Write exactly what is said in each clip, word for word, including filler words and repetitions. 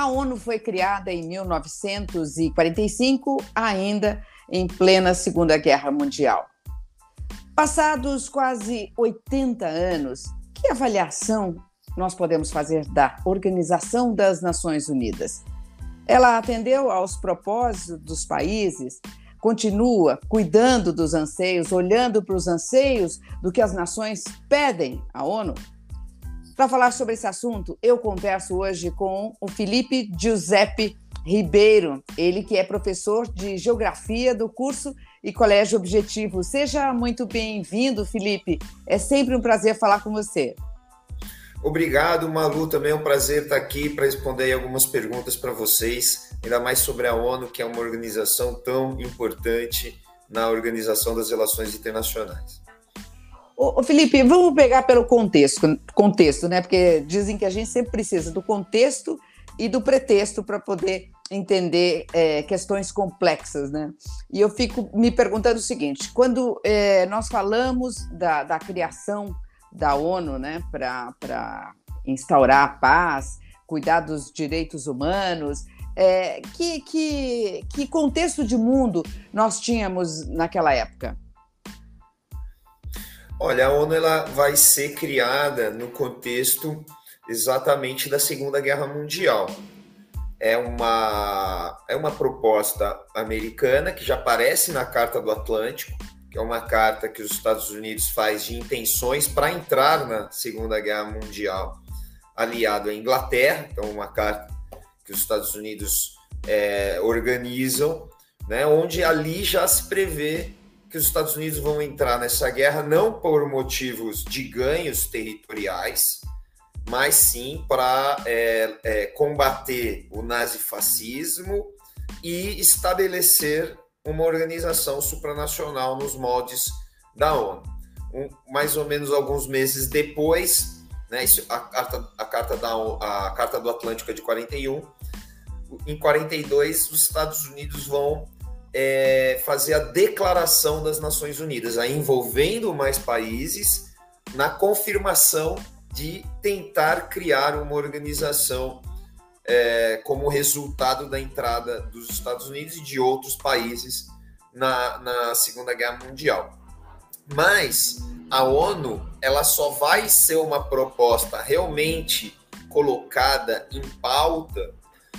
A ONU foi criada em mil novecentos e quarenta e cinco, ainda em plena Segunda Guerra Mundial. Passados quase oitenta anos, que avaliação nós podemos fazer da Organização das Nações Unidas? Ela atendeu aos propósitos dos países, continua cuidando dos anseios, olhando para os anseios do que as nações pedem à ONU? Para falar sobre esse assunto, eu converso hoje com o Felipe Giuseppe Ribeiro, ele que é professor de Geografia do curso e Colégio Objetivo. Seja muito bem-vindo, Felipe. É sempre um prazer falar com você. Obrigado, Malu. Também é um prazer estar aqui para responder algumas perguntas para vocês, ainda mais sobre a ONU, que é uma organização tão importante na Organização das Relações Internacionais. Ô, Felipe, vamos pegar pelo contexto, contexto, né? Porque dizem que a gente sempre precisa do contexto e do pretexto para poder entender é, questões complexas, né? E eu fico me perguntando o seguinte: quando é, nós falamos da, da criação da ONU, né, para instaurar a paz, cuidar dos direitos humanos, é, que, que, que contexto de mundo nós tínhamos naquela época? Olha, a ONU ela vai ser criada no contexto exatamente da Segunda Guerra Mundial. É uma, é uma proposta americana que já aparece na Carta do Atlântico, que é uma carta que os Estados Unidos faz de intenções para entrar na Segunda Guerra Mundial, aliado à Inglaterra. Então, uma carta que os Estados Unidos é, organizam, né, onde ali já se prevê que os Estados Unidos vão entrar nessa guerra não por motivos de ganhos territoriais, mas sim para é, é, combater o nazifascismo e estabelecer uma organização supranacional nos moldes da ONU. Um, mais ou menos alguns meses depois, né, isso, a, carta, a, carta da, a Carta do Atlântico é de quarenta e um, em quarenta e dois os Estados Unidos vão é, fazer a Declaração das Nações Unidas, aí envolvendo mais países na confirmação de tentar criar uma organização É, como resultado da entrada dos Estados Unidos e de outros países na, na Segunda Guerra Mundial. Mas a ONU ela só vai ser uma proposta realmente colocada em pauta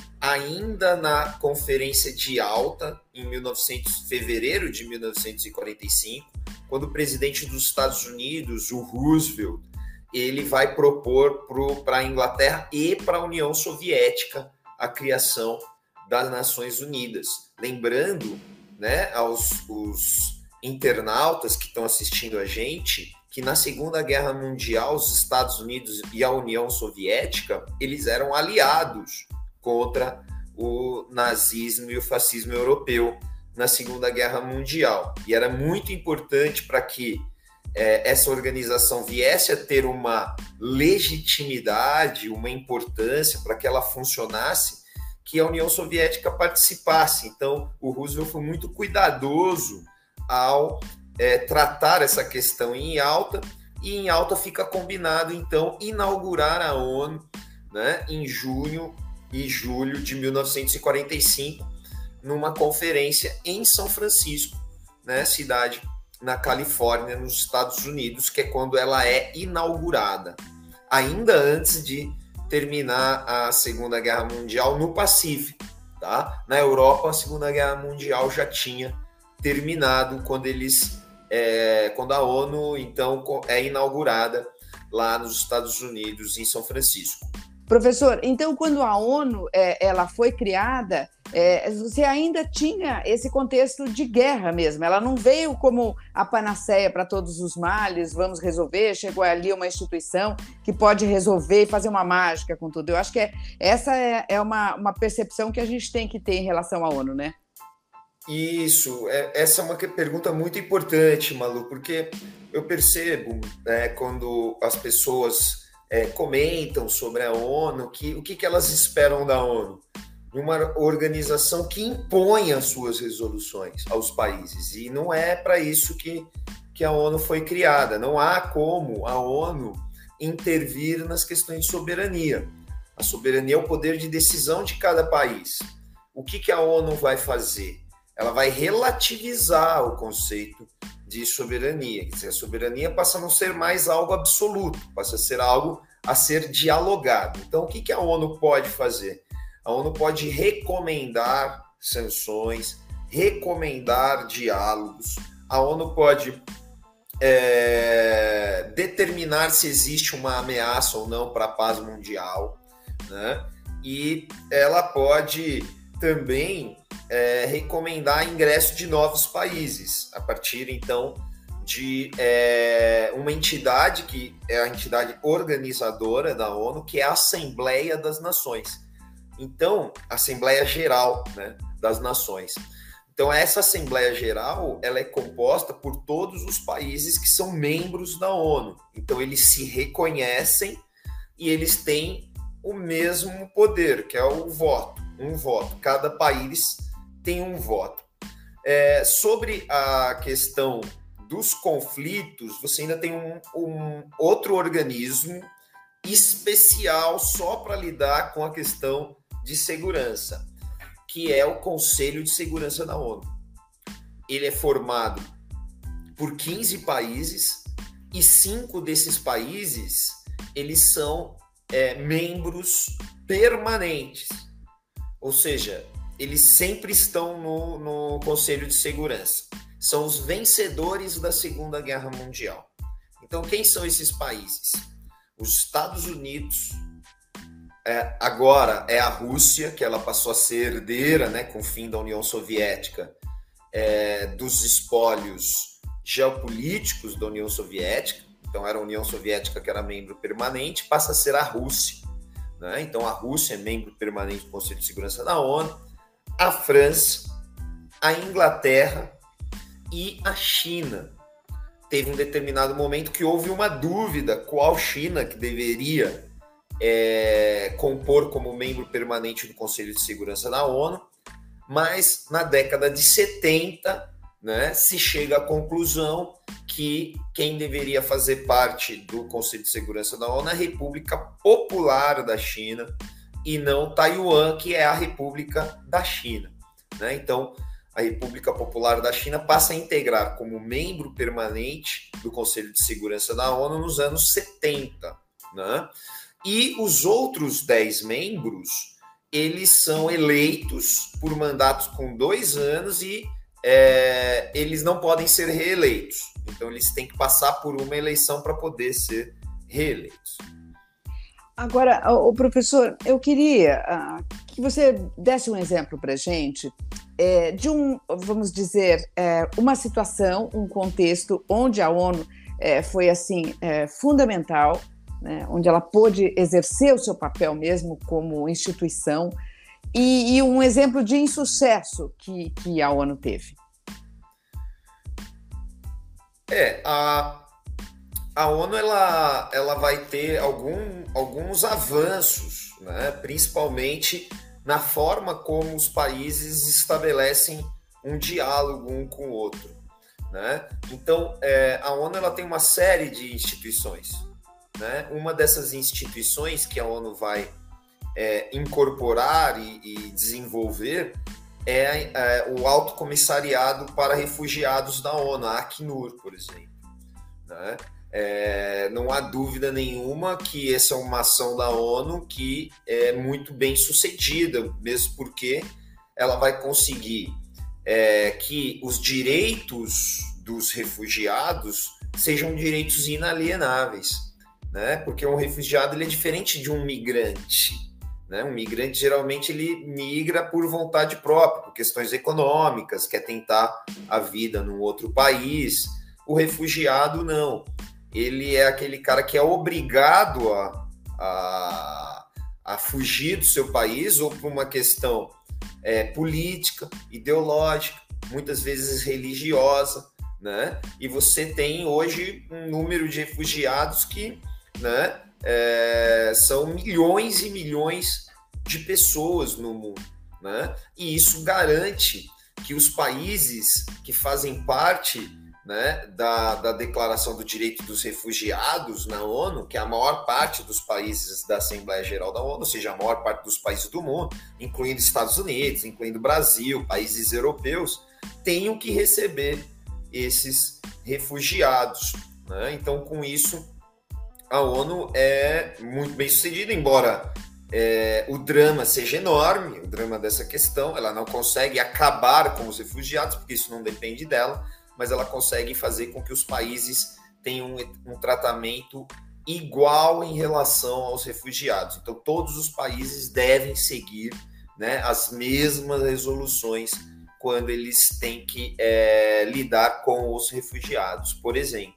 ainda na Conferência de Yalta, em mil e novecentos, fevereiro de mil novecentos e quarenta e cinco, quando o presidente dos Estados Unidos, o Roosevelt, ele vai propor para a Inglaterra e para a União Soviética a criação das Nações Unidas. Lembrando, né, aos os internautas que estão assistindo a gente, que na Segunda Guerra Mundial os Estados Unidos e a União Soviética, eles eram aliados contra o nazismo e o fascismo europeu na Segunda Guerra Mundial. E era muito importante para que É, essa organização viesse a ter uma legitimidade, uma importância para que ela funcionasse, que a União Soviética participasse. Então, o Roosevelt foi muito cuidadoso ao é, tratar essa questão em Yalta, e em Yalta fica combinado, então, inaugurar a ONU, né, em junho e julho de mil novecentos e quarenta e cinco, numa conferência em São Francisco, né, cidade na Califórnia, nos Estados Unidos, que é quando ela é inaugurada, ainda antes de terminar a Segunda Guerra Mundial no Pacífico, tá? Na Europa, a Segunda Guerra Mundial já tinha terminado quando eles, é, quando a ONU então é inaugurada lá nos Estados Unidos, em São Francisco. Professor, então quando a ONU é, ela foi criada, é, você ainda tinha esse contexto de guerra mesmo, ela não veio como a panaceia para todos os males, vamos resolver, chegou ali uma instituição que pode resolver e fazer uma mágica com tudo. Eu acho que é, essa é, é uma, uma percepção que a gente tem que ter em relação à ONU, né? Isso, é, essa é uma pergunta muito importante, Malu, porque eu percebo, né, quando as pessoas É, comentam sobre a ONU, que, o que, que elas esperam da ONU? Uma organização que impõe as suas resoluções aos países, e não é para isso que, que a ONU foi criada. Não há como a ONU intervir nas questões de soberania. A soberania é o poder de decisão de cada país. O que, que a ONU vai fazer? Ela vai relativizar o conceito de soberania. Quer dizer, a soberania passa a não ser mais algo absoluto, passa a ser algo a ser dialogado. Então, o que, que a ONU pode fazer? A ONU pode recomendar sanções, recomendar diálogos. A ONU pode é, determinar se existe uma ameaça ou não para a paz mundial, né? E ela pode também é, recomendar ingresso de novos países, a partir, então, de é, uma entidade que é a entidade organizadora da ONU, que é a Assembleia das Nações. Então, Assembleia Geral, né, das Nações. Então, essa Assembleia Geral, ela é composta por todos os países que são membros da ONU. Então, eles se reconhecem e eles têm o mesmo poder, que é o voto, um voto. Cada país tem um voto. É, sobre a questão dos conflitos, você ainda tem um, um outro organismo especial só para lidar com a questão de segurança, que é o Conselho de Segurança da ONU. Ele é formado por quinze países e cinco desses países eles são é, membros permanentes, ou seja, eles sempre estão no, no Conselho de Segurança. São os vencedores da Segunda Guerra Mundial. Então, quem são esses países? Os Estados Unidos, é, agora é a Rússia, que ela passou a ser herdeira, né, com o fim da União Soviética, é, dos espólios geopolíticos da União Soviética. Então, era a União Soviética que era membro permanente, passa a ser a Rússia, né? Então, a Rússia é membro permanente do Conselho de Segurança da ONU, a França, a Inglaterra e a China. Teve um determinado momento que houve uma dúvida qual China que deveria é, compor como membro permanente do Conselho de Segurança da ONU, mas na década de setenta, né, se chega à conclusão que quem deveria fazer parte do Conselho de Segurança da ONU é a República Popular da China e não Taiwan, que é a República da China, né? Então, a República Popular da China passa a integrar como membro permanente do Conselho de Segurança da ONU nos anos setenta, né? E os outros dez membros, eles são eleitos por mandatos com dois anos e é, eles não podem ser reeleitos. Então, eles têm que passar por uma eleição para poder ser reeleitos. Agora, o professor, eu queria uh, que você desse um exemplo para a gente é, de um, vamos dizer, é, uma situação, um contexto onde a ONU é, foi assim é, fundamental, né, onde ela pôde exercer o seu papel mesmo como instituição, e, e um exemplo de insucesso que, que a ONU teve. É, a, a ONU ela, ela vai ter algum, alguns avanços, né, principalmente na forma como os países estabelecem um diálogo um com o outro, né? Então, é, a ONU ela tem uma série de instituições, né? Uma dessas instituições que a ONU vai é, incorporar e, e desenvolver é, é o Alto Comissariado para Refugiados da ONU, a Acnur, por exemplo, né? É, não há dúvida nenhuma que essa é uma ação da ONU que é muito bem sucedida, mesmo porque ela vai conseguir é, que os direitos dos refugiados sejam direitos inalienáveis, né? Porque um refugiado ele é diferente de um migrante, né? Um migrante geralmente ele migra por vontade própria, por questões econômicas, quer tentar a vida num outro país. O refugiado não. Ele é aquele cara que é obrigado a, a, a fugir do seu país ou por uma questão é, política, ideológica, muitas vezes religiosa, né? E você tem hoje um número de refugiados que, né, é, são milhões e milhões de pessoas no mundo, né? E isso garante que os países que fazem parte, né, da, da Declaração do Direito dos Refugiados na ONU, que é a maior parte dos países da Assembleia Geral da ONU, ou seja, a maior parte dos países do mundo, incluindo Estados Unidos, incluindo Brasil, países europeus, tenham que receber esses refugiados, né? Então, com isso, a ONU é muito bem sucedida, embora é, o drama seja enorme, o drama dessa questão, ela não consegue acabar com os refugiados, porque isso não depende dela, mas ela consegue fazer com que os países tenham um, um tratamento igual em relação aos refugiados. Então, todos os países devem seguir, né, as mesmas resoluções quando eles têm que é, lidar com os refugiados, por exemplo.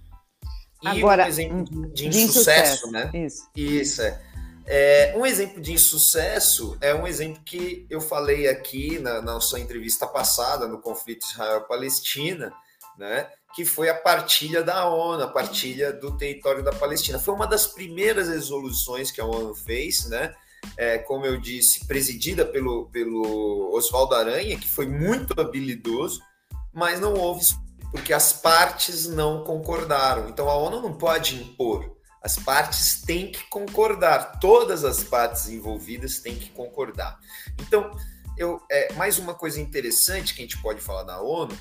E Agora, um exemplo de, de insucesso, insucesso, né? Isso. Isso, é. é. Um exemplo de insucesso é um exemplo que eu falei aqui na, na sua entrevista passada, no conflito Israel-Palestina, né? Que foi a partilha da ONU, a partilha do território da Palestina. Foi uma das primeiras resoluções que a ONU fez, né? É, como eu disse, presidida pelo, pelo Oswaldo Aranha, que foi muito habilidoso, mas não houve, porque as partes não concordaram. Então a ONU não pode impor, as partes têm que concordar, todas as partes envolvidas têm que concordar. Então, eu, é, mais uma coisa interessante que a gente pode falar da ONU,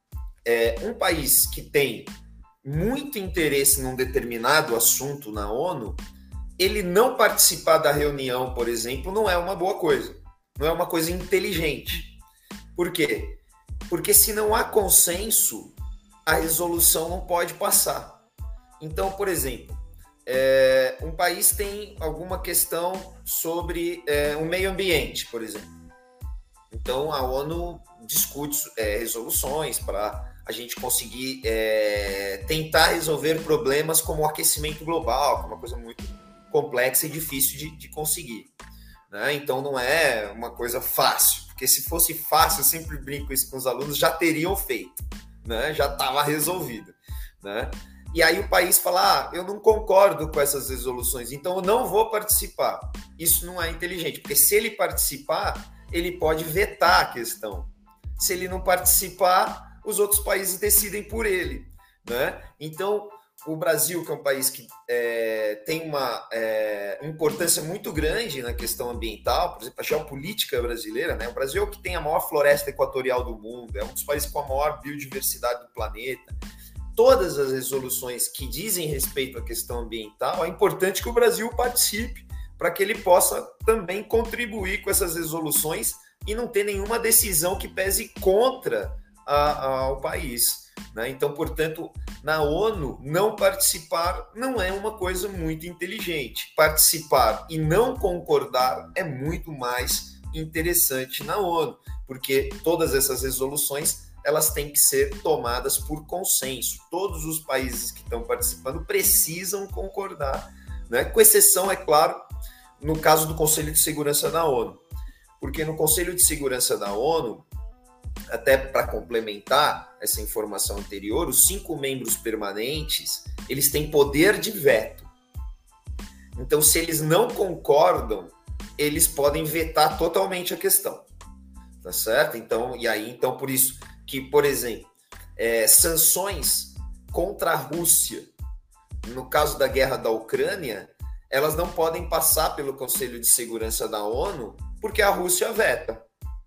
é um país que tem muito interesse num determinado assunto na ONU, ele não participar da reunião, por exemplo, não é uma boa coisa. Não é uma coisa inteligente. Por quê? Porque se não há consenso, a resolução não pode passar. Então, por exemplo, é, um país tem alguma questão sobre é, o meio ambiente, por exemplo. Então, a ONU discute é, resoluções para a gente conseguir é, tentar resolver problemas como o aquecimento global, que é uma coisa muito complexa e difícil de, de conseguir, né? Então não é uma coisa fácil, porque se fosse fácil, eu sempre brinco isso com os alunos, já teriam feito, né? Já estava resolvido, né? E aí o país fala, ah, eu não concordo com essas resoluções, então eu não vou participar. Isso não é inteligente, porque se ele participar, ele pode vetar a questão. Se ele não participar, os outros países decidem por ele, né? Então o Brasil, que é um país que é, tem uma é, importância muito grande na questão ambiental, por exemplo, a geopolítica brasileira, né? O Brasil é o que tem a maior floresta equatorial do mundo, é um dos países com a maior biodiversidade do planeta. Todas as resoluções que dizem respeito à questão ambiental, é importante que o Brasil participe, para que ele possa também contribuir com essas resoluções e não ter nenhuma decisão que pese contra a, a, ao país, né? Então, portanto, na ONU, não participar não é uma coisa muito inteligente. Participar e não concordar é muito mais interessante na ONU, porque todas essas resoluções elas têm que ser tomadas por consenso. Todos os países que estão participando precisam concordar, né? Com exceção, é claro, no caso do Conselho de Segurança da ONU. Porque no Conselho de Segurança da ONU, até para complementar essa informação anterior, os cinco membros permanentes, eles têm poder de veto. Então, se eles não concordam, eles podem vetar totalmente a questão. Tá certo? Então, e aí, então, por isso que, por exemplo, é, sanções contra a Rússia, no caso da guerra da Ucrânia, elas não podem passar pelo Conselho de Segurança da ONU, porque a Rússia veta.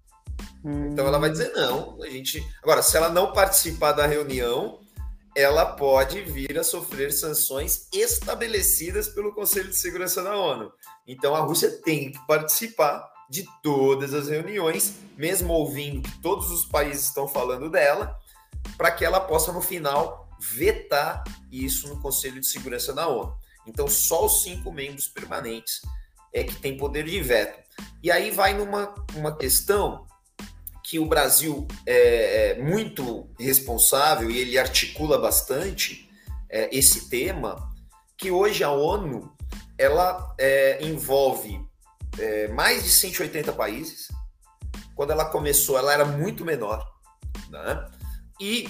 Então ela vai dizer não, a gente... Agora, se ela não participar da reunião, ela pode vir a sofrer sanções estabelecidas pelo Conselho de Segurança da ONU. Então a Rússia tem que participar de todas as reuniões, mesmo ouvindo que todos os países estão falando dela, para que ela possa, no final, vetar isso no Conselho de Segurança da ONU. Então só os cinco membros permanentes é que tem poder de veto. E aí vai numa uma questão que o Brasil é muito responsável e ele articula bastante é, esse tema, que hoje a ONU ela é, envolve é, mais de cento e oitenta países. Quando ela começou, ela era muito menor, né? E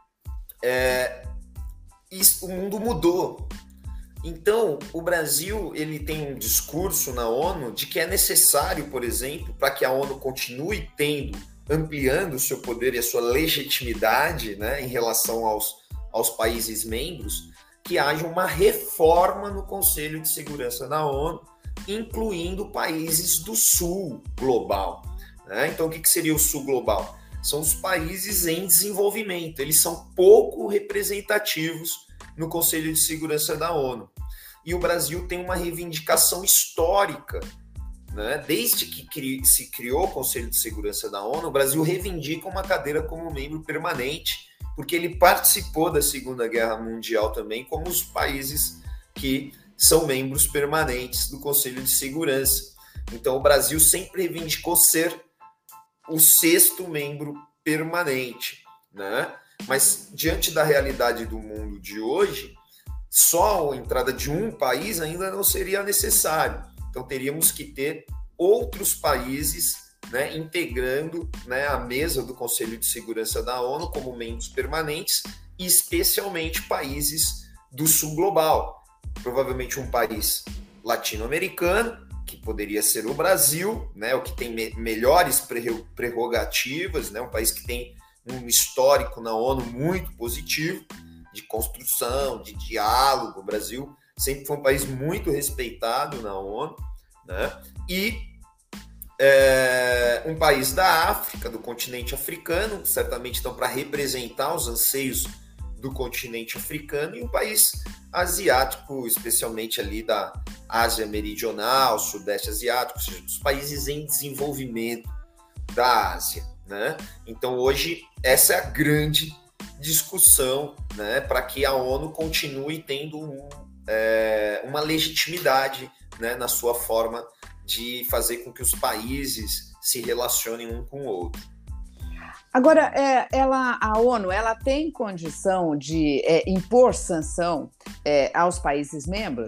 é, isso, o mundo mudou. Então, o Brasil ele tem um discurso na ONU de que é necessário, por exemplo, para que a ONU continue tendo ampliando o seu poder e a sua legitimidade, né, em relação aos, aos países membros, que haja uma reforma no Conselho de Segurança da ONU, incluindo países do Sul global. Né? Então, o que seria o Sul global? São os países em desenvolvimento. Eles são pouco representativos no Conselho de Segurança da ONU. E o Brasil tem uma reivindicação histórica. Né? Desde que cri- se criou o Conselho de Segurança da ONU, o Brasil reivindica uma cadeira como membro permanente, porque ele participou da Segunda Guerra Mundial também, como os países que são membros permanentes do Conselho de Segurança. Então, o Brasil sempre reivindicou ser o sexto membro permanente, né? Mas, diante da realidade do mundo de hoje, só a entrada de um país ainda não seria necessário. Então, teríamos que ter outros países, né, integrando, né, a mesa do Conselho de Segurança da ONU como membros permanentes, e especialmente países do Sul global. Provavelmente um país latino-americano, que poderia ser o Brasil, né, o que tem me- melhores prerrogativas, né, um país que tem um histórico na ONU muito positivo, de construção, de diálogo. O Brasil sempre foi um país muito respeitado na ONU, né, e é, um país da África, do continente africano, certamente estão para representar os anseios do continente africano, e um país asiático, especialmente ali da Ásia Meridional, Sudeste Asiático, ou seja, os países em desenvolvimento da Ásia, né? Então, hoje, essa é a grande discussão, né, para que a ONU continue tendo um, é, uma legitimidade, né, na sua forma de fazer com que os países se relacionem um com o outro. Agora, é, ela, a ONU, ela tem condição de é, impor sanção é, aos países membros?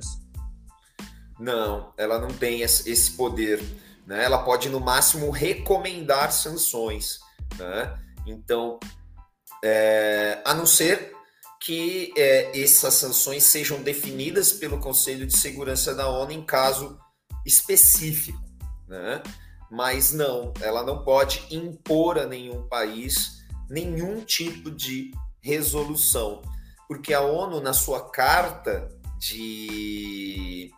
Não, ela não tem esse poder, né? Ela pode, no máximo, recomendar sanções, né? Então, é, a não ser que é, essas sanções sejam definidas pelo Conselho de Segurança da ONU em caso específico, né? Mas não, ela não pode impor a nenhum país nenhum tipo de resolução, porque a ONU, na sua carta de,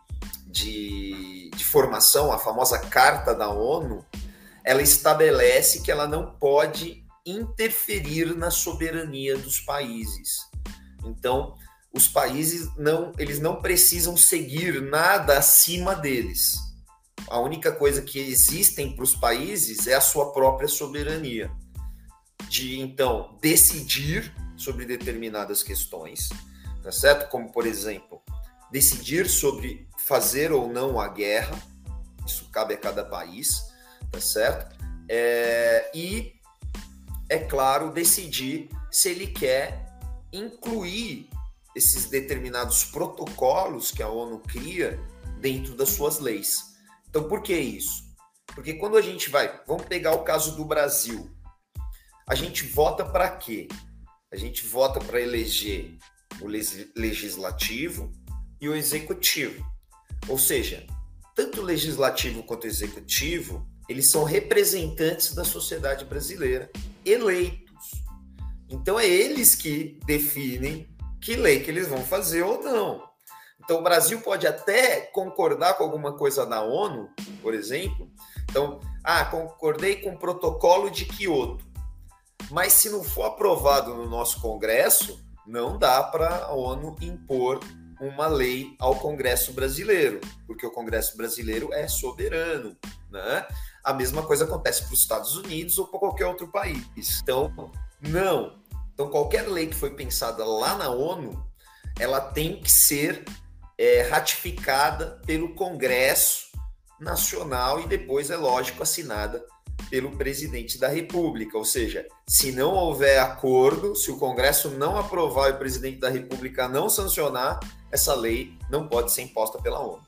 de, de formação, a famosa Carta da ONU, ela estabelece que ela não pode interferir na soberania dos países. Então, os países não, eles não precisam seguir nada acima deles. A única coisa que existem para os países é a sua própria soberania, de, então, decidir sobre determinadas questões, tá certo? Como, por exemplo, decidir sobre fazer ou não a guerra, isso cabe a cada país, tá certo? É, e, é claro, decidir se ele quer incluir esses determinados protocolos que a ONU cria dentro das suas leis. Então, por que isso? Porque quando a gente vai... Vamos pegar o caso do Brasil. A gente vota para quê? A gente vota para eleger o legislativo e o executivo. Ou seja, tanto o legislativo quanto o executivo, eles são representantes da sociedade brasileira, eleitos. Então, é eles que definem que lei que eles vão fazer ou não. Então, o Brasil pode até concordar com alguma coisa da ONU, por exemplo. Então, ah, concordei com o protocolo de Quioto. Mas se não for aprovado no nosso Congresso, não dá para a ONU impor uma lei ao Congresso brasileiro, porque o Congresso brasileiro é soberano, né? A mesma coisa acontece para os Estados Unidos ou para qualquer outro país. Então, não. Então, qualquer lei que foi pensada lá na ONU, ela tem que ser é, ratificada pelo Congresso Nacional e depois, é lógico, assinada pelo presidente da República. Ou seja, se não houver acordo, se o Congresso não aprovar e o presidente da República não sancionar, essa lei não pode ser imposta pela ONU.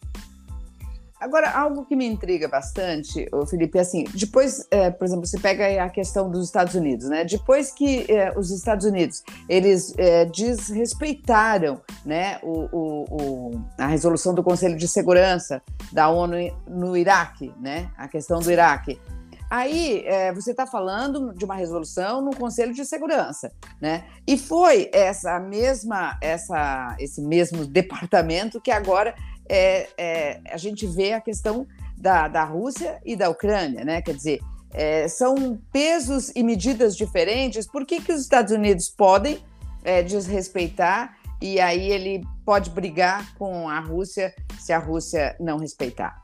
Agora, algo que me intriga bastante, Felipe, é assim, depois, é, por exemplo, você pega a questão dos Estados Unidos, né? Depois que é, os Estados Unidos, eles é, desrespeitaram, né, o, o, o, a resolução do Conselho de Segurança da ONU no Iraque, né? A questão do Iraque. Aí é, você está falando de uma resolução no Conselho de Segurança, né? E foi essa mesma, essa, esse mesmo departamento que agora é, é, a gente vê a questão da, da Rússia e da Ucrânia, né? Quer dizer, é, são pesos e medidas diferentes. Por que, que os Estados Unidos podem é, desrespeitar e aí ele pode brigar com a Rússia se a Rússia não respeitar?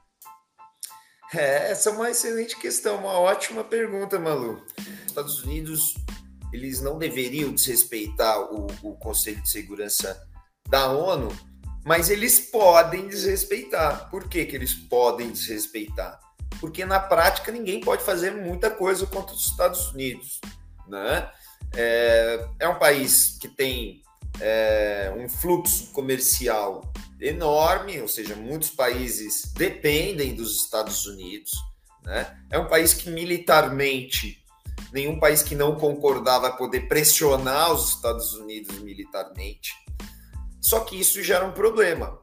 É, essa é uma excelente questão, uma ótima pergunta, Malu. Os Estados Unidos, eles não deveriam desrespeitar o, o Conselho de Segurança da ONU, mas eles podem desrespeitar. Por que que eles podem desrespeitar? Porque na prática ninguém pode fazer muita coisa contra os Estados Unidos, né? É, é um país que tem é, um fluxo comercial enorme, ou seja, muitos países dependem dos Estados Unidos, né? É um país que militarmente, nenhum país que não concordar vai poder pressionar os Estados Unidos militarmente. Só que isso gera um problema.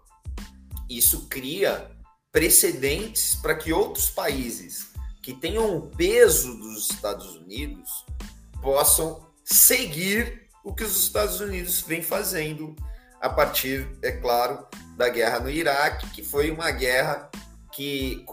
Isso cria precedentes para que outros países que tenham o peso dos Estados Unidos possam seguir o que os Estados Unidos vêm fazendo a partir, é claro, da guerra no Iraque, que foi uma guerra que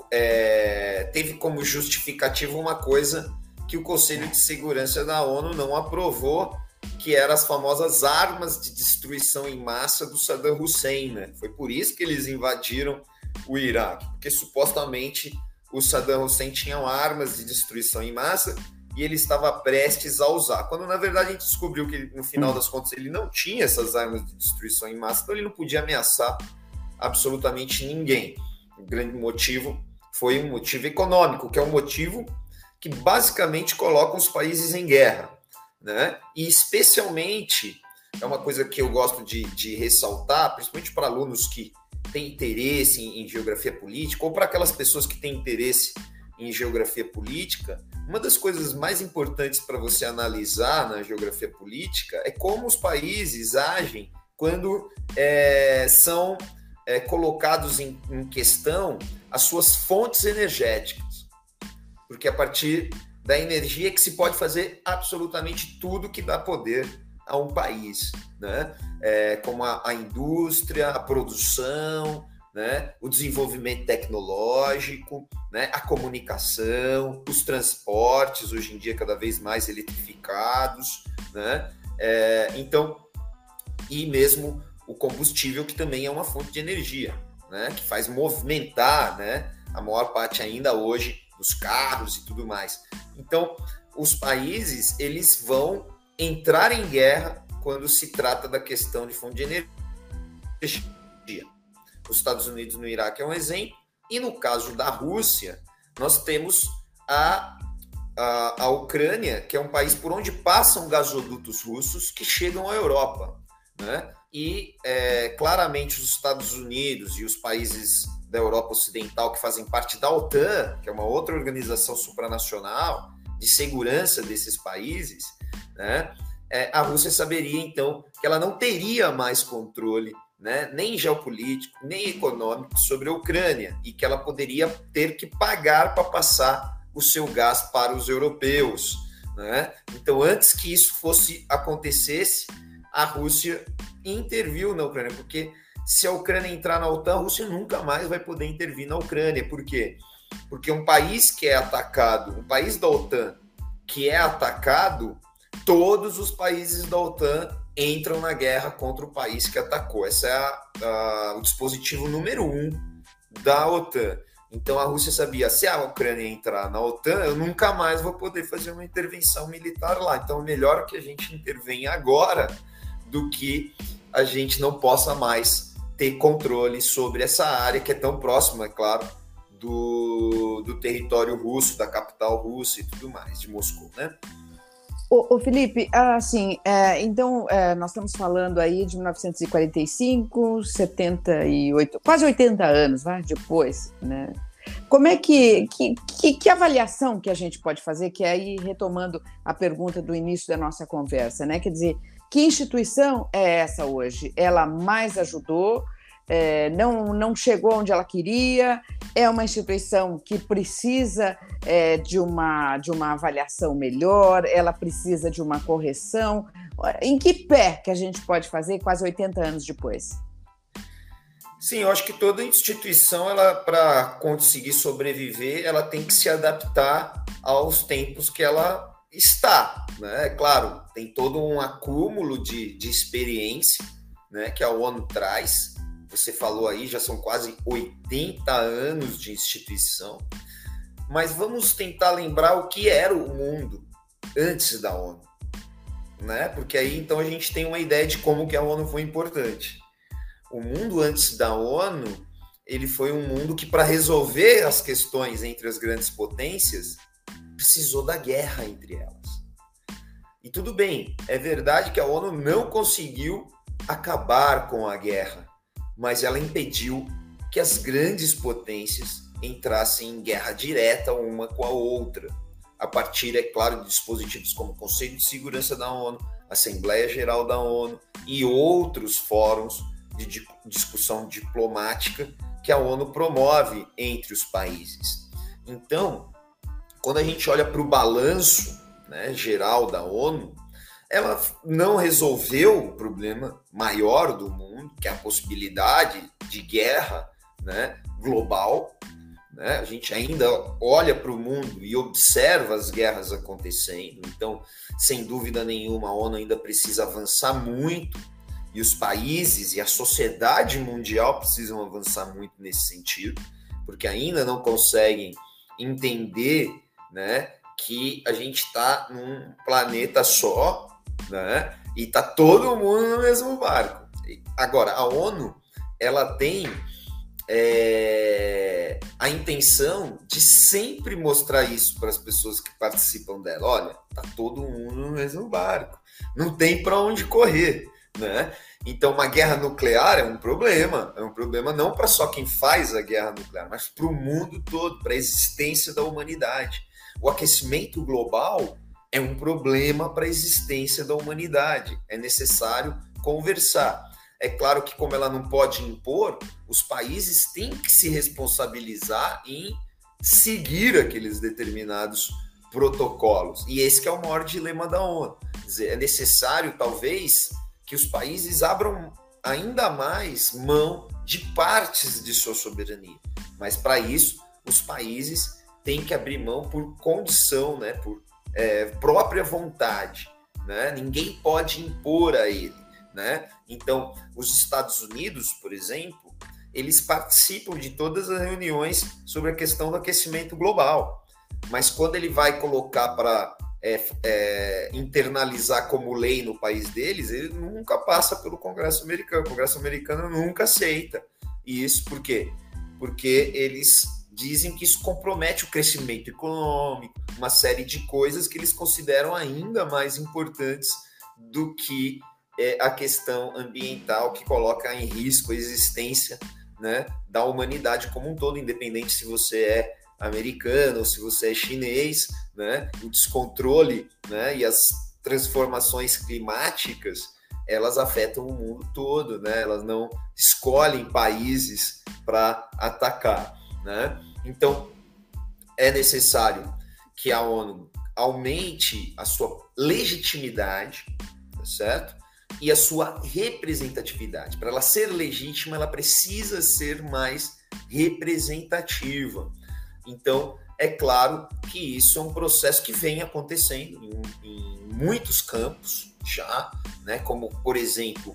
é, teve como justificativa uma coisa que o Conselho de Segurança da ONU não aprovou, que eram as famosas armas de destruição em massa do Saddam Hussein, né? Foi por isso que eles invadiram o Iraque, porque supostamente o Saddam Hussein tinha armas de destruição em massa e ele estava prestes a usar, quando na verdade a gente descobriu que no final das contas ele não tinha essas armas de destruição em massa, então ele não podia ameaçar absolutamente ninguém. O grande motivo foi um motivo econômico, que é um motivo que basicamente coloca os países em guerra, né? E especialmente, é uma coisa que eu gosto de, de ressaltar, principalmente para alunos que têm interesse em, em geografia política, ou para aquelas pessoas que têm interesse em geografia política, uma das coisas mais importantes para você analisar na geografia política é como os países agem quando é, são é, colocados em, em questão as suas fontes energéticas. Porque a partir da energia que se pode fazer absolutamente tudo que dá poder a um país, né? É, como a, a indústria, a produção, né? O desenvolvimento tecnológico, né? A comunicação, os transportes, hoje em dia cada vez mais eletrificados, né? É, então, e mesmo o combustível, que também é uma fonte de energia, né? Que faz movimentar, né? A maior parte ainda hoje dos carros e tudo mais. Então, os países, eles vão entrar em guerra quando se trata da questão de fonte de energia. Os Estados Unidos no Iraque é um exemplo, e no caso da Rússia, nós temos a, a, a Ucrânia, que é um país por onde passam gasodutos russos que chegam à Europa, né? E é, claramente os Estados Unidos e os países da Europa Ocidental que fazem parte da OTAN, que é uma outra organização supranacional de segurança desses países, né? É, a Rússia saberia, então, que ela não teria mais controle, né, nem geopolítico, nem econômico sobre a Ucrânia, e que ela poderia ter que pagar para passar o seu gás para os europeus, né? Então, antes que isso fosse acontecesse, a Rússia interviu na Ucrânia, porque se a Ucrânia entrar na OTAN, a Rússia nunca mais vai poder intervir na Ucrânia. Por quê? Porque um país que é atacado, um país da OTAN que é atacado, todos os países da OTAN entram na guerra contra o país que atacou. Esse é a, a, o dispositivo número um da OTAN. Então a Rússia sabia, se a Ucrânia entrar na OTAN, eu nunca mais vou poder fazer uma intervenção militar lá. Então é melhor que a gente intervenha agora do que a gente não possa mais ter controle sobre essa área que é tão próxima, é claro, do, do território russo, da capital russa e tudo mais, de Moscou, né? Ô, ô Felipe, assim, é, então é, nós estamos falando aí de mil novecentos e quarenta e cinco, setenta e oito, quase oitenta anos, vai, depois, né? Como é que, que, que, que avaliação que a gente pode fazer, que é aí retomando a pergunta do início da nossa conversa, né? Quer dizer, que instituição é essa hoje? Ela mais ajudou é, não, não chegou onde ela queria, é uma instituição que precisa é, de, uma, de uma avaliação melhor, ela precisa de uma correção. Em que pé que a gente pode fazer quase oitenta anos depois? Sim, eu acho que toda instituição, ela, para conseguir sobreviver, ela tem que se adaptar aos tempos que ela está, né? Claro, tem todo um acúmulo de, de experiência, né, que a ONU traz. Você falou aí, já são quase oitenta anos de instituição. Mas vamos tentar lembrar o que era o mundo antes da ONU, né? Porque aí então a gente tem uma ideia de como que a ONU foi importante. O mundo antes da ONU, ele foi um mundo que, para resolver as questões entre as grandes potências, precisou da guerra entre elas. E tudo bem, é verdade que a ONU não conseguiu acabar com a guerra, mas ela impediu que as grandes potências entrassem em guerra direta uma com a outra, a partir, é claro, de dispositivos como o Conselho de Segurança da ONU, Assembleia Geral da ONU e outros fóruns de discussão diplomática que a ONU promove entre os países. Então, quando a gente olha para o balanço, né, geral da ONU, ela não resolveu o problema maior do mundo, que é a possibilidade de guerra, né, global. Né? A gente ainda olha para o mundo e observa as guerras acontecendo. Então, sem dúvida nenhuma, a ONU ainda precisa avançar muito, e os países e a sociedade mundial precisam avançar muito nesse sentido, porque ainda não conseguem entender, né, que a gente está num planeta só, né, e está todo mundo no mesmo barco. Agora, a ONU, ela tem é, a intenção de sempre mostrar isso para as pessoas que participam dela. Olha, está todo mundo no mesmo barco, não tem para onde correr, né? Então, uma guerra nuclear é um problema, é um problema não para só quem faz a guerra nuclear, mas para o mundo todo, para a existência da humanidade. O aquecimento global é um problema para a existência da humanidade. É necessário conversar. É claro que, como ela não pode impor, os países têm que se responsabilizar em seguir aqueles determinados protocolos. E esse que é o maior dilema da ONU. Quer dizer, é necessário, talvez, que os países abram ainda mais mão de partes de sua soberania. Mas, para isso, os países têm que abrir mão por condição, né, por é, própria vontade. Né? Ninguém pode impor a ele. Né? Então, os Estados Unidos, por exemplo, eles participam de todas as reuniões sobre a questão do aquecimento global. Mas quando ele vai colocar para é, é, internalizar como lei no país deles, ele nunca passa pelo Congresso americano. O Congresso americano nunca aceita. E isso por quê? Porque eles dizem que isso compromete o crescimento econômico, uma série de coisas que eles consideram ainda mais importantes do que é, a questão ambiental, que coloca em risco a existência, né, da humanidade como um todo, independente se você é americano ou se você é chinês, né, o descontrole, né, e as transformações climáticas, elas afetam o mundo todo, né, elas não escolhem países para atacar, né? Então, é necessário que a ONU aumente a sua legitimidade, tá certo? E a sua representatividade. Para ela ser legítima, ela precisa ser mais representativa. Então, é claro que isso é um processo que vem acontecendo em, em muitos campos já, né? Como, por exemplo,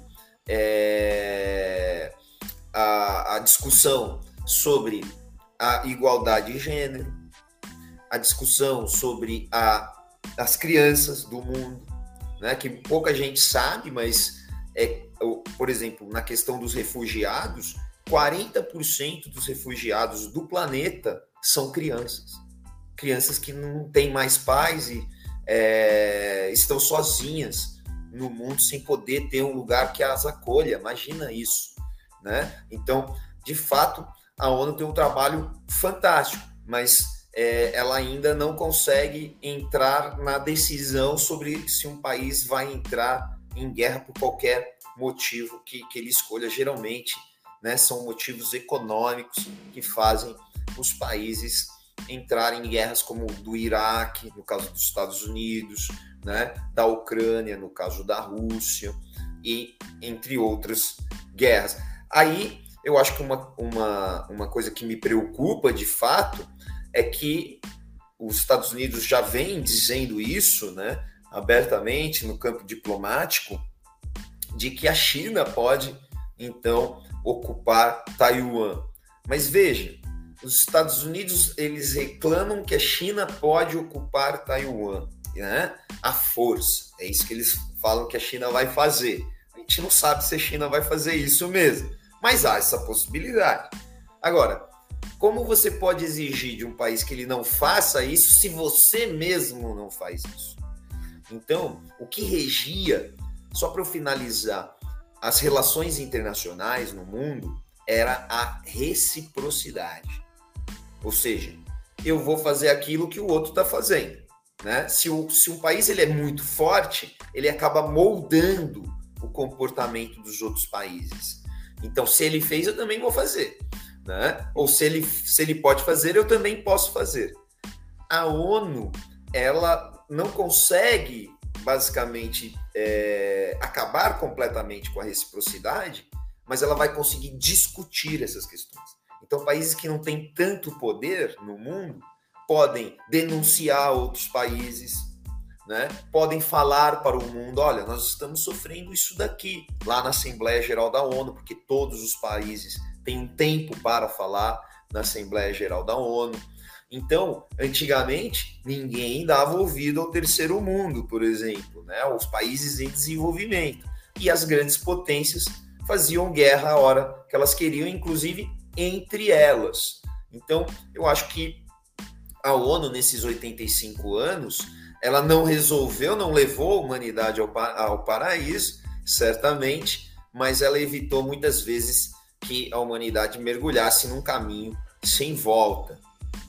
é, a, a discussão sobre a igualdade de gênero, a discussão sobre a, as crianças do mundo, né, que pouca gente sabe, mas, é, por exemplo, na questão dos refugiados, quarenta por cento dos refugiados do planeta são crianças. Crianças que não têm mais pais e é, estão sozinhas no mundo sem poder ter um lugar que as acolha. Imagina isso, né? Então, de fato, a ONU tem um trabalho fantástico, mas é, ela ainda não consegue entrar na decisão sobre se um país vai entrar em guerra por qualquer motivo que, que ele escolha. Geralmente né? São motivos econômicos que fazem os países entrarem em guerras como do Iraque, no caso dos Estados Unidos, né? Da Ucrânia, no caso da Rússia, e entre outras guerras. Aí, eu acho que uma, uma, uma coisa que me preocupa, de fato, é que os Estados Unidos já vem dizendo isso, né, abertamente no campo diplomático, de que a China pode, então, ocupar Taiwan. Mas veja, os Estados Unidos, eles reclamam que a China pode ocupar Taiwan, né, à força. É isso que eles falam que a China vai fazer. A gente não sabe se a China vai fazer isso mesmo, mas há essa possibilidade. Agora, como você pode exigir de um país que ele não faça isso se você mesmo não faz isso? Então, o que regia, só para eu finalizar, as relações internacionais no mundo era a reciprocidade. Ou seja, eu vou fazer aquilo que o outro está fazendo, né? Se, o, se um país ele é muito forte, ele acaba moldando o comportamento dos outros países. Então, se ele fez, eu também vou fazer, né? Ou se ele, se ele pode fazer, eu também posso fazer. A ONU, ela não consegue, basicamente, é, acabar completamente com a reciprocidade, mas ela vai conseguir discutir essas questões. Então, países que não têm tanto poder no mundo podem denunciar outros países, né? Podem falar para o mundo, olha, nós estamos sofrendo isso daqui, lá na Assembleia Geral da ONU, porque todos os países têm um tempo para falar na Assembleia Geral da ONU. Então, antigamente, ninguém dava ouvido ao terceiro mundo, por exemplo, né? Os países em desenvolvimento. E as grandes potências faziam guerra a hora que elas queriam, inclusive entre elas. Então, eu acho que a ONU, nesses oitenta e cinco anos, ela não resolveu, não levou a humanidade ao, ao paraíso, certamente, mas ela evitou muitas vezes que a humanidade mergulhasse num caminho sem volta.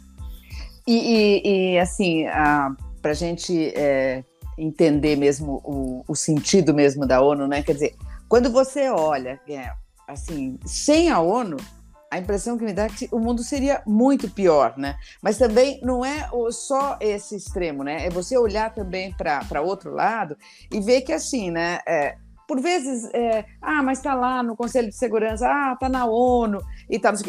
E, e, e assim, para a gente é, entender mesmo o, o sentido mesmo da ONU, né? Quer dizer, quando você olha, é, assim, sem a ONU, a impressão que me dá é que o mundo seria muito pior, né? Mas também não é só esse extremo, né? É você olhar também para outro lado e ver que, assim, né? É, por vezes, é, ah, mas está lá no Conselho de Segurança, ah, está na ONU e tal.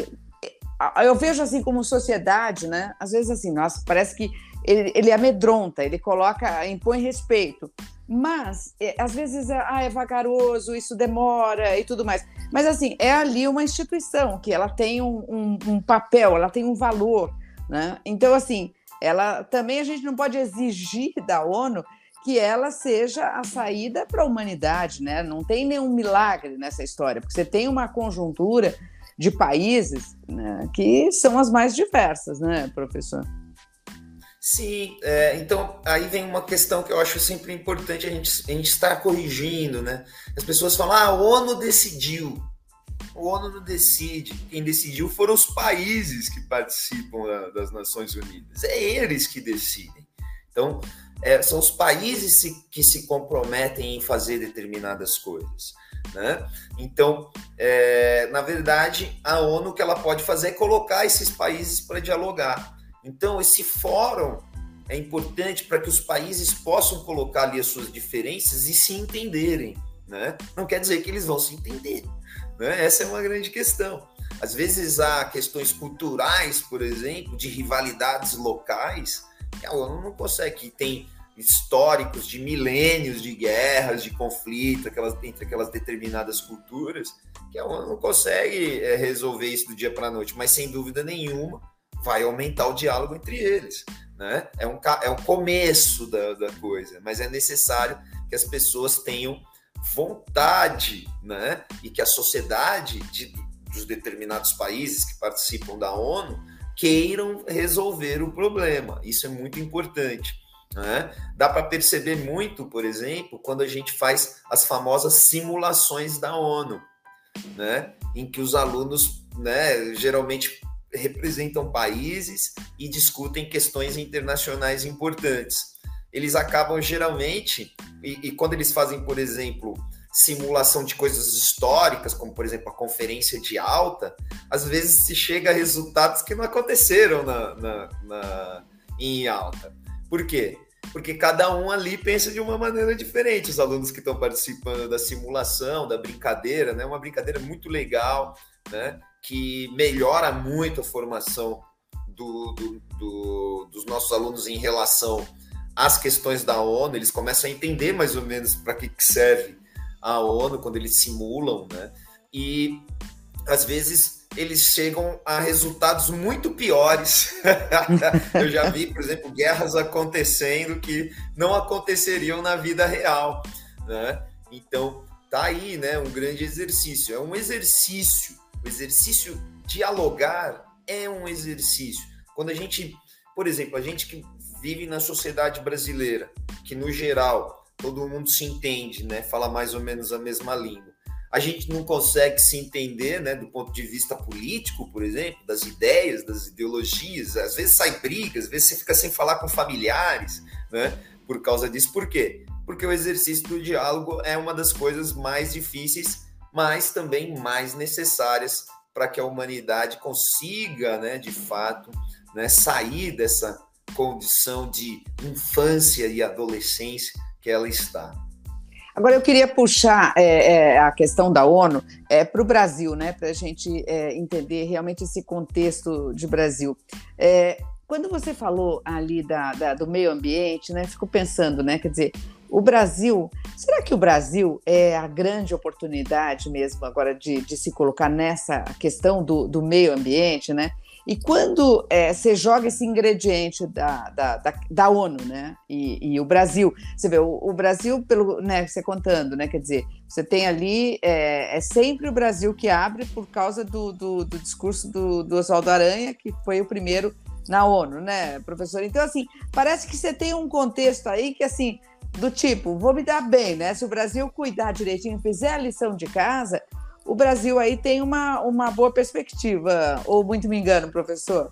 Eu vejo assim como sociedade, né? Às vezes assim, nossa, parece que ele, ele amedronta, ele coloca, impõe respeito. Mas, é, às vezes, ah, é vagaroso, isso demora e tudo mais. Mas, assim, é ali uma instituição que ela tem um, um, um papel, ela tem um valor, né? Então, assim, ela também a gente não pode exigir da ONU que ela seja a saída para a humanidade, né? Não tem nenhum milagre nessa história, porque você tem uma conjuntura de países, né, que são as mais diversas, né, professor? Sim, é, então aí vem uma questão que eu acho sempre importante a gente, a gente estar corrigindo, né? As pessoas falam, ah, a ONU decidiu. A ONU não decide. Quem decidiu foram os países que participam da, das Nações Unidas. É eles que decidem. Então, é, são os países se, que se comprometem em fazer determinadas coisas, né? Então, é, na verdade, a ONU, o que ela pode fazer é colocar esses países para dialogar. Então, esse fórum é importante para que os países possam colocar ali as suas diferenças e se entenderem, né? Não quer dizer que eles vão se entender, né? Essa é uma grande questão. Às vezes há questões culturais, por exemplo, de rivalidades locais, que a ONU não consegue. Tem históricos de milênios de guerras, de conflito aquelas, entre aquelas determinadas culturas, que a ONU não consegue é, resolver isso do dia para a noite, mas sem dúvida nenhuma vai aumentar o diálogo entre eles, né? É um, é um começo da, da coisa, mas é necessário que as pessoas tenham vontade, né? E que a sociedade de, dos determinados países que participam da ONU queiram resolver o problema. Isso é muito importante, né? Dá para perceber muito, por exemplo, quando a gente faz as famosas simulações da ONU, né? Em que os alunos, né, geralmente representam países e discutem questões internacionais importantes. Eles acabam geralmente, e, e quando eles fazem, por exemplo, simulação de coisas históricas, como, por exemplo, a conferência de Alta, às vezes se chega a resultados que não aconteceram na, na, na, em Alta. Por quê? Porque cada um ali pensa de uma maneira diferente. Os alunos que estão participando da simulação, da brincadeira, né? Uma brincadeira muito legal, né? Que melhora muito a formação do, do, do, dos nossos alunos em relação às questões da ONU. Eles começam a entender mais ou menos para que, que serve a ONU quando eles simulam, né? E às vezes eles chegam a resultados muito piores. Eu já vi, por exemplo, guerras acontecendo que não aconteceriam na vida real, né? Então, tá aí, né, um grande exercício. É um exercício. O exercício dialogar é um exercício. Quando a gente, por exemplo, a gente que vive na sociedade brasileira, que no geral todo mundo se entende, né? Fala mais ou menos a mesma língua. A gente não consegue se entender, né, do ponto de vista político, por exemplo, das ideias, das ideologias. Às vezes sai briga, às vezes você fica sem falar com familiares, né, por causa disso. Por quê? Porque o exercício do diálogo é uma das coisas mais difíceis, mas também mais necessárias para que a humanidade consiga, né, de fato, né, sair dessa condição de infância e adolescência que ela está. Agora, eu queria puxar é, é, a questão da ONU é, para o Brasil, né, para a gente é, entender realmente esse contexto de Brasil. É, quando você falou ali da, da, do meio ambiente, né, fico pensando, né, quer dizer, o Brasil, será que o Brasil é a grande oportunidade mesmo agora de, de se colocar nessa questão do, do meio ambiente, né? E quando é, você joga esse ingrediente da, da, da, da ONU, né, e, e o Brasil, você vê, o, o Brasil, pelo, né, você contando, né, quer dizer, você tem ali, é, é sempre o Brasil que abre por causa do, do, do discurso do, do Oswaldo Aranha, que foi o primeiro na ONU, né, professor? Então, assim, parece que você tem um contexto aí que, assim, do tipo, vou me dar bem, né, se o Brasil cuidar direitinho, fizer a lição de casa, o Brasil aí tem uma, uma boa perspectiva, ou muito me engano, professor?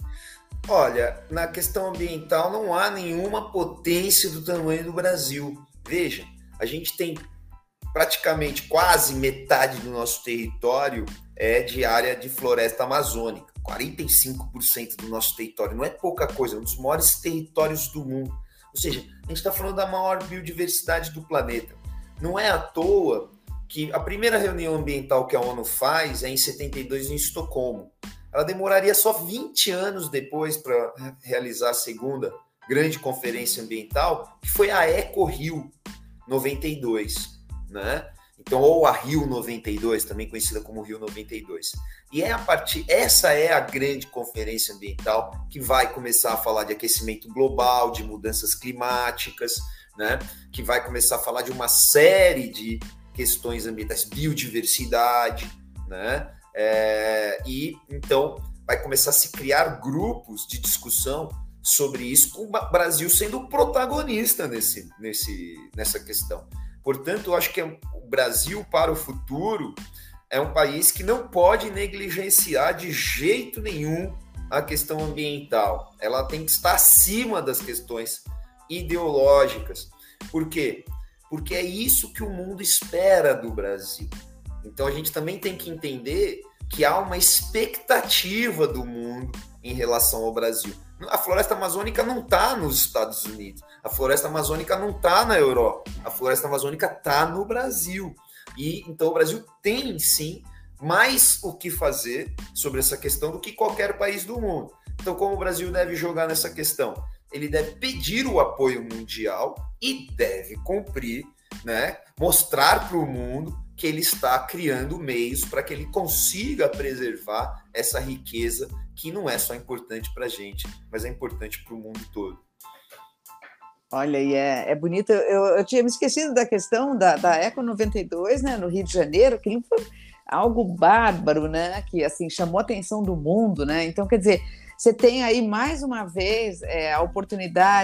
Olha, na questão ambiental não há nenhuma potência do tamanho do Brasil. Veja, a gente tem praticamente quase metade do nosso território é de área de floresta amazônica. quarenta e cinco por cento do nosso território, não é pouca coisa, é um dos maiores territórios do mundo. Ou seja, a gente está falando da maior biodiversidade do planeta. Não é à toa que a primeira reunião ambiental que a ONU faz é em setenta e dois em Estocolmo. Ela demoraria só vinte anos depois para realizar a segunda grande conferência ambiental, que foi a Eco-Rio noventa e dois, né? Então, ou a Rio noventa e dois, também conhecida como Rio noventa e dois. E é a partir, essa é a grande conferência ambiental que vai começar a falar de aquecimento global, de mudanças climáticas, né? Que vai começar a falar de uma série de questões ambientais, biodiversidade, né? É, e então vai começar a se criar grupos de discussão sobre isso, com o Brasil sendo o protagonista nesse, nesse, nessa questão. Portanto, eu acho que o Brasil, para o futuro, é um país que não pode negligenciar de jeito nenhum a questão ambiental. Ela tem que estar acima das questões ideológicas. Por quê? Porque é isso que o mundo espera do Brasil. Então, a gente também tem que entender que há uma expectativa do mundo em relação ao Brasil. A floresta amazônica não está nos Estados Unidos, a floresta amazônica não está na Europa, a floresta amazônica está no Brasil. E então o Brasil tem, sim, mais o que fazer sobre essa questão do que qualquer país do mundo. Então, como o Brasil deve jogar nessa questão? Ele deve pedir o apoio mundial e deve cumprir, né, mostrar para o mundo que ele está criando meios para que ele consiga preservar essa riqueza que não é só importante para a gente, mas é importante para o mundo todo. Olha, e é, é bonito. Eu, eu tinha me esquecido da questão da, da Eco noventa e dois, né, no Rio de Janeiro, que foi algo bárbaro, né, que assim, chamou a atenção do mundo, né? Então, quer dizer, você tem aí mais uma vez é, a oportunidade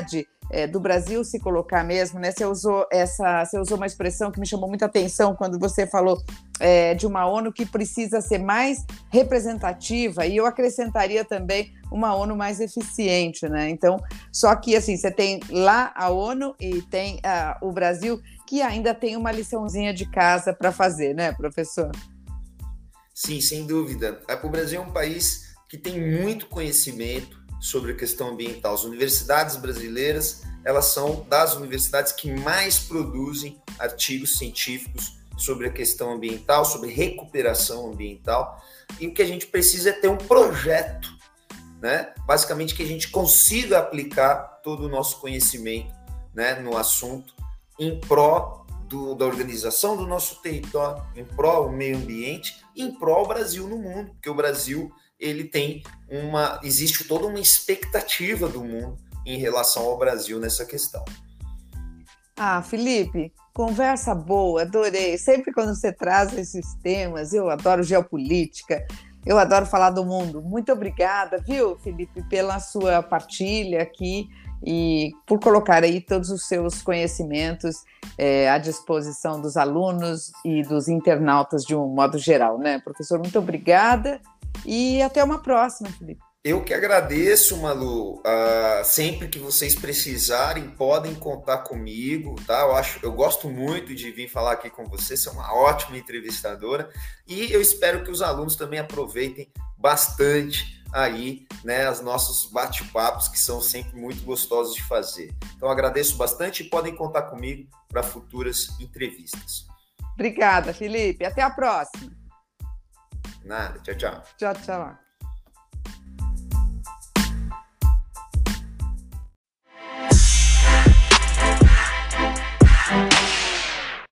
é, do Brasil se colocar mesmo, né? Você usou, essa, você usou uma expressão que me chamou muita atenção quando você falou é, de uma ONU que precisa ser mais representativa, e eu acrescentaria também uma ONU mais eficiente, né? Então, só que assim, você tem lá a ONU e tem uh, o Brasil, que ainda tem uma liçãozinha de casa para fazer, né, professor? Sim, sem dúvida. O Brasil é um país que tem muito conhecimento sobre a questão ambiental. As universidades brasileiras, elas são das universidades que mais produzem artigos científicos sobre a questão ambiental, sobre recuperação ambiental, e o que a gente precisa é ter um projeto, né? Basicamente que a gente consiga aplicar todo o nosso conhecimento, né, no assunto, em pró do, da organização do nosso território, em pró do meio ambiente, e em pró do Brasil no mundo, porque o Brasil, ele tem uma, existe toda uma expectativa do mundo em relação ao Brasil nessa questão. Ah, Felipe, conversa boa, adorei. Sempre quando você traz esses temas, eu adoro geopolítica, eu adoro falar do mundo. Muito obrigada, viu, Felipe, pela sua partilha aqui e por colocar aí todos os seus conhecimentos é, à disposição dos alunos e dos internautas de um modo geral, né, professor? Muito obrigada e até uma próxima, Felipe. Eu que agradeço, Malu. Uh, sempre que vocês precisarem, podem contar comigo, tá? Eu acho, eu gosto muito de vir falar aqui com você. Você é uma ótima entrevistadora e eu espero que os alunos também aproveitem bastante aí, né, os nossos bate-papos, que são sempre muito gostosos de fazer. Então, agradeço bastante e podem contar comigo para futuras entrevistas. Obrigada, Felipe. Até a próxima. Nada. Tchau, tchau. Tchau, tchau.